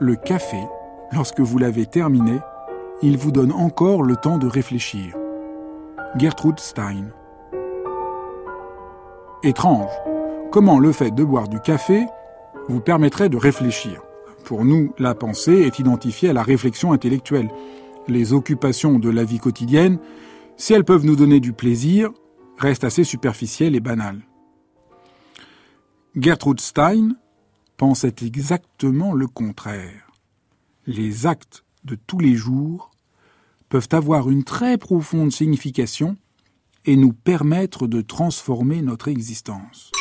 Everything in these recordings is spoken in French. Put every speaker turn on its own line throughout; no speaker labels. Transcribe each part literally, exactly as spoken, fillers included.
le café, lorsque vous l'avez terminé, il vous donne encore le temps de réfléchir. Gertrude Stein. Étrange, comment le fait de boire du café vous permettrait de réfléchir. Pour nous, la pensée est identifiée à la réflexion intellectuelle. Les occupations de la vie quotidienne, si elles peuvent nous donner du plaisir, restent assez superficielles et banales. Gertrude Stein pensait exactement le contraire. Les actes de tous les jours peuvent avoir une très profonde signification et nous permettre de transformer notre existence.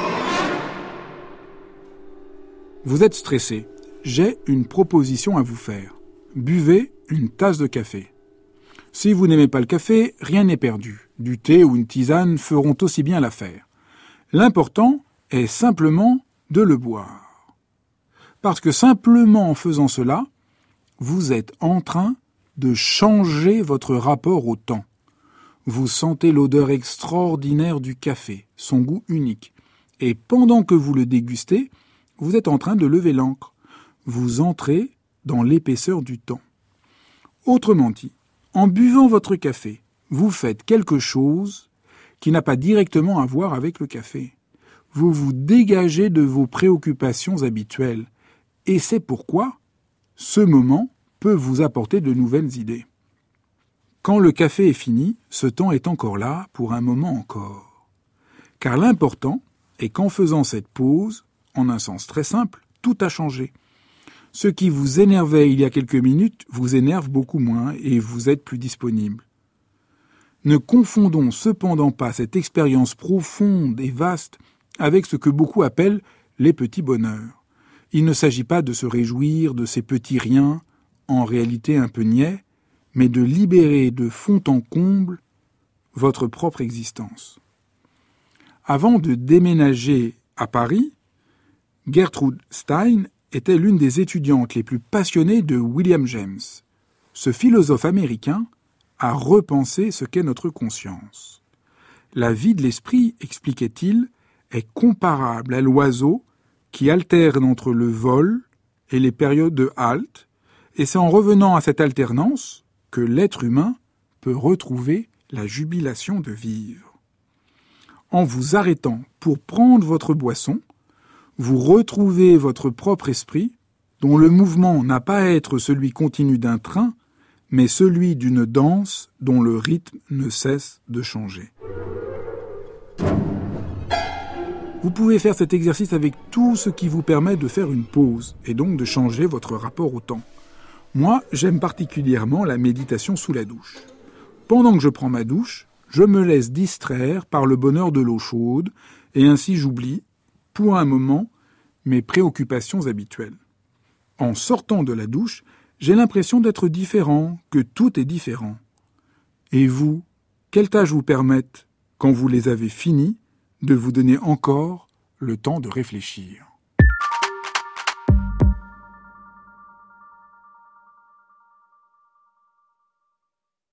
Vous êtes stressé. J'ai une proposition à vous faire. Buvez une tasse de café. Si vous n'aimez pas le café, rien n'est perdu. Du thé ou une tisane feront aussi bien l'affaire. L'important est simplement de le boire. Parce que simplement en faisant cela, vous êtes en train de changer votre rapport au temps. Vous sentez l'odeur extraordinaire du café, son goût unique. Et pendant que vous le dégustez, vous êtes en train de lever l'ancre. Vous entrez dans l'épaisseur du temps. Autrement dit, en buvant votre café, vous faites quelque chose qui n'a pas directement à voir avec le café. Vous vous dégagez de vos préoccupations habituelles. Et c'est pourquoi ce moment peut vous apporter de nouvelles idées. Quand le café est fini, ce temps est encore là pour un moment encore. Car l'important est qu'en faisant cette pause, en un sens très simple, tout a changé. Ce qui vous énervait il y a quelques minutes vous énerve beaucoup moins et vous êtes plus disponible. Ne confondons cependant pas cette expérience profonde et vaste avec ce que beaucoup appellent les petits bonheurs. Il ne s'agit pas de se réjouir de ces petits riens, en réalité un peu niais, mais de libérer de fond en comble votre propre existence. Avant de déménager à Paris, Gertrude Stein était l'une des étudiantes les plus passionnées de William James. Ce philosophe américain a repensé ce qu'est notre conscience. La vie de l'esprit, expliquait-il, est comparable à l'oiseau qui alterne entre le vol et les périodes de halte, et c'est en revenant à cette alternance que l'être humain peut retrouver la jubilation de vivre. En vous arrêtant pour prendre votre boisson, vous retrouvez votre propre esprit, dont le mouvement n'a pas à être celui continu d'un train, mais celui d'une danse dont le rythme ne cesse de changer. Vous pouvez faire cet exercice avec tout ce qui vous permet de faire une pause, et donc de changer votre rapport au temps. Moi, j'aime particulièrement la méditation sous la douche. Pendant que je prends ma douche, je me laisse distraire par le bonheur de l'eau chaude, et ainsi j'oublie, pour un moment, mes préoccupations habituelles. En sortant de la douche, j'ai l'impression d'être différent, que tout est différent. Et vous, quelles tâches vous permettent, quand vous les avez finies, de vous donner encore le temps de réfléchir ?